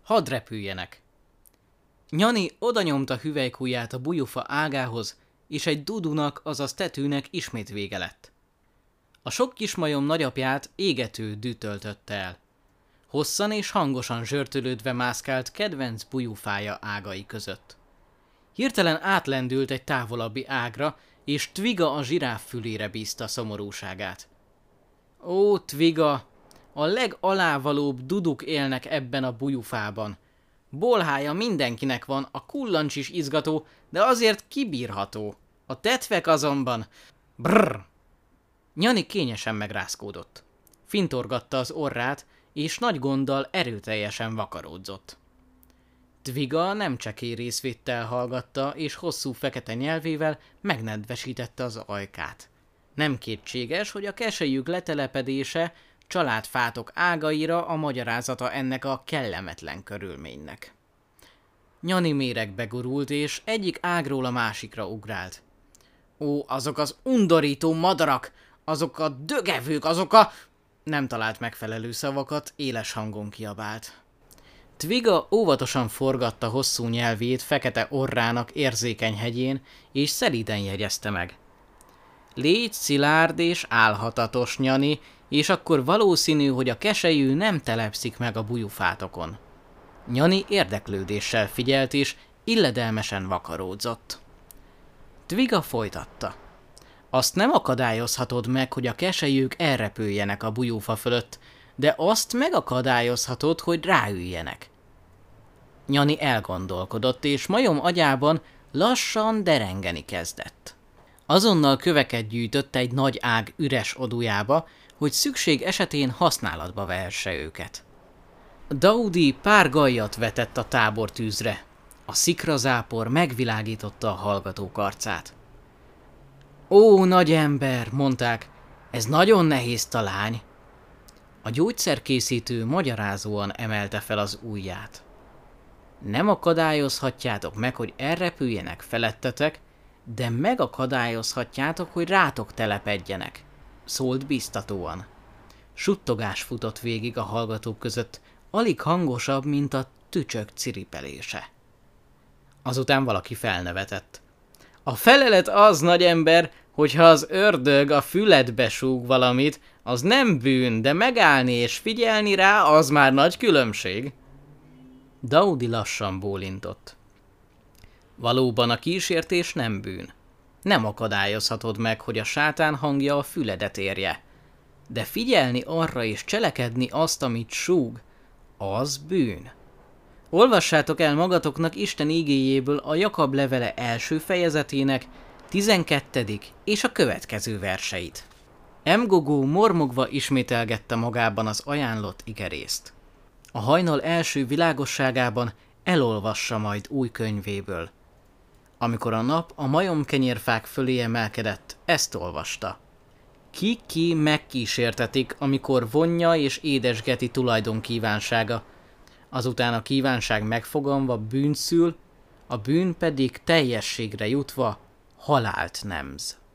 hadd repüljenek. Nyani odanyomta hüvelykujját a bujufa ágához, és egy dudunak, azaz tetűnek ismét vége lett. A sok kismajom nagyapját égető dű töltötte el. Hosszan és hangosan zsörtölődve mászkált kedvenc bujufája ágai között. Hirtelen átlendült egy távolabbi ágra, és Twiga a zsiráf fülére bízta szomorúságát. Ó, Twiga, a legalávalóbb duduk élnek ebben a bujufában. Bolhája mindenkinek van, a kullancs is izgató, de azért kibírható. A tetvek azonban... Brrr! Nyani kényesen megrázkódott. Fintorgatta az orrát, és nagy gonddal erőteljesen vakaródzott. Twiga nem csekély részvéttel hallgatta, és hosszú fekete nyelvével megnedvesítette az ajkát. Nem kétséges, hogy a keselyük letelepedése családfátok ágaira a magyarázata ennek a kellemetlen körülménynek. Nyani méregbe gurult, és egyik ágról a másikra ugrált. Ó, azok az undorító madarak, azok a dögevők, azok a... Nem talált megfelelő szavakat, éles hangon kiabált. Twiga óvatosan forgatta hosszú nyelvét fekete orrának érzékeny hegyén, és szelíden jegyezte meg. Légy szilárd és álhatatos, Nyani, és akkor valószínű, hogy a keselyű nem telepszik meg a bujufátokon. Nyani érdeklődéssel figyelt, és illedelmesen vakaródzott. Twiga folytatta. Azt nem akadályozhatod meg, hogy a keselyűk elrepüljenek a bujufa fölött, de azt megakadályozhatod, hogy ráüljenek. Nyani elgondolkodott, és majom agyában lassan derengeni kezdett. Azonnal köveket gyűjtött egy nagy ág üres odujába, hogy szükség esetén használatba vehesse őket. Daudi pár gajjat vetett a tábortűzre. A szikrazápor megvilágította a hallgatók arcát. Ó, nagy ember, mondták, ez nagyon nehéz talány. A gyógyszerkészítő magyarázóan emelte fel az ujját. Nem akadályozhatjátok meg, hogy elrepüljenek felettetek, de megakadályozhatjátok, hogy rátok telepedjenek, szólt biztatóan. Suttogás futott végig a hallgatók között, alig hangosabb, mint a tücsök ciripelése. Azután valaki felnevetett. A felelet az, nagy ember, hogyha az ördög a füledbe súg valamit, az nem bűn, de megállni és figyelni rá, az már nagy különbség. Daudi lassan bólintott. Valóban a kísértés nem bűn. Nem akadályozhatod meg, hogy a sátán hangja a füledet érje. De figyelni arra és cselekedni azt, amit súg, az bűn. Olvassátok el magatoknak Isten igéjéből a Jakab levele első fejezetének 12. és a következő verseit. Mgogó mormogva ismételgette magában az ajánlott igerészt. A hajnal első világosságában elolvassa majd új könyvéből. Amikor a nap a majomkenyérfák fölé emelkedett, ezt olvasta. Ki megkísértetik, amikor vonja és édesgeti tulajdon kívánsága, azután a kívánság megfoganva bűnt szül, a bűn pedig teljességre jutva halált nemz.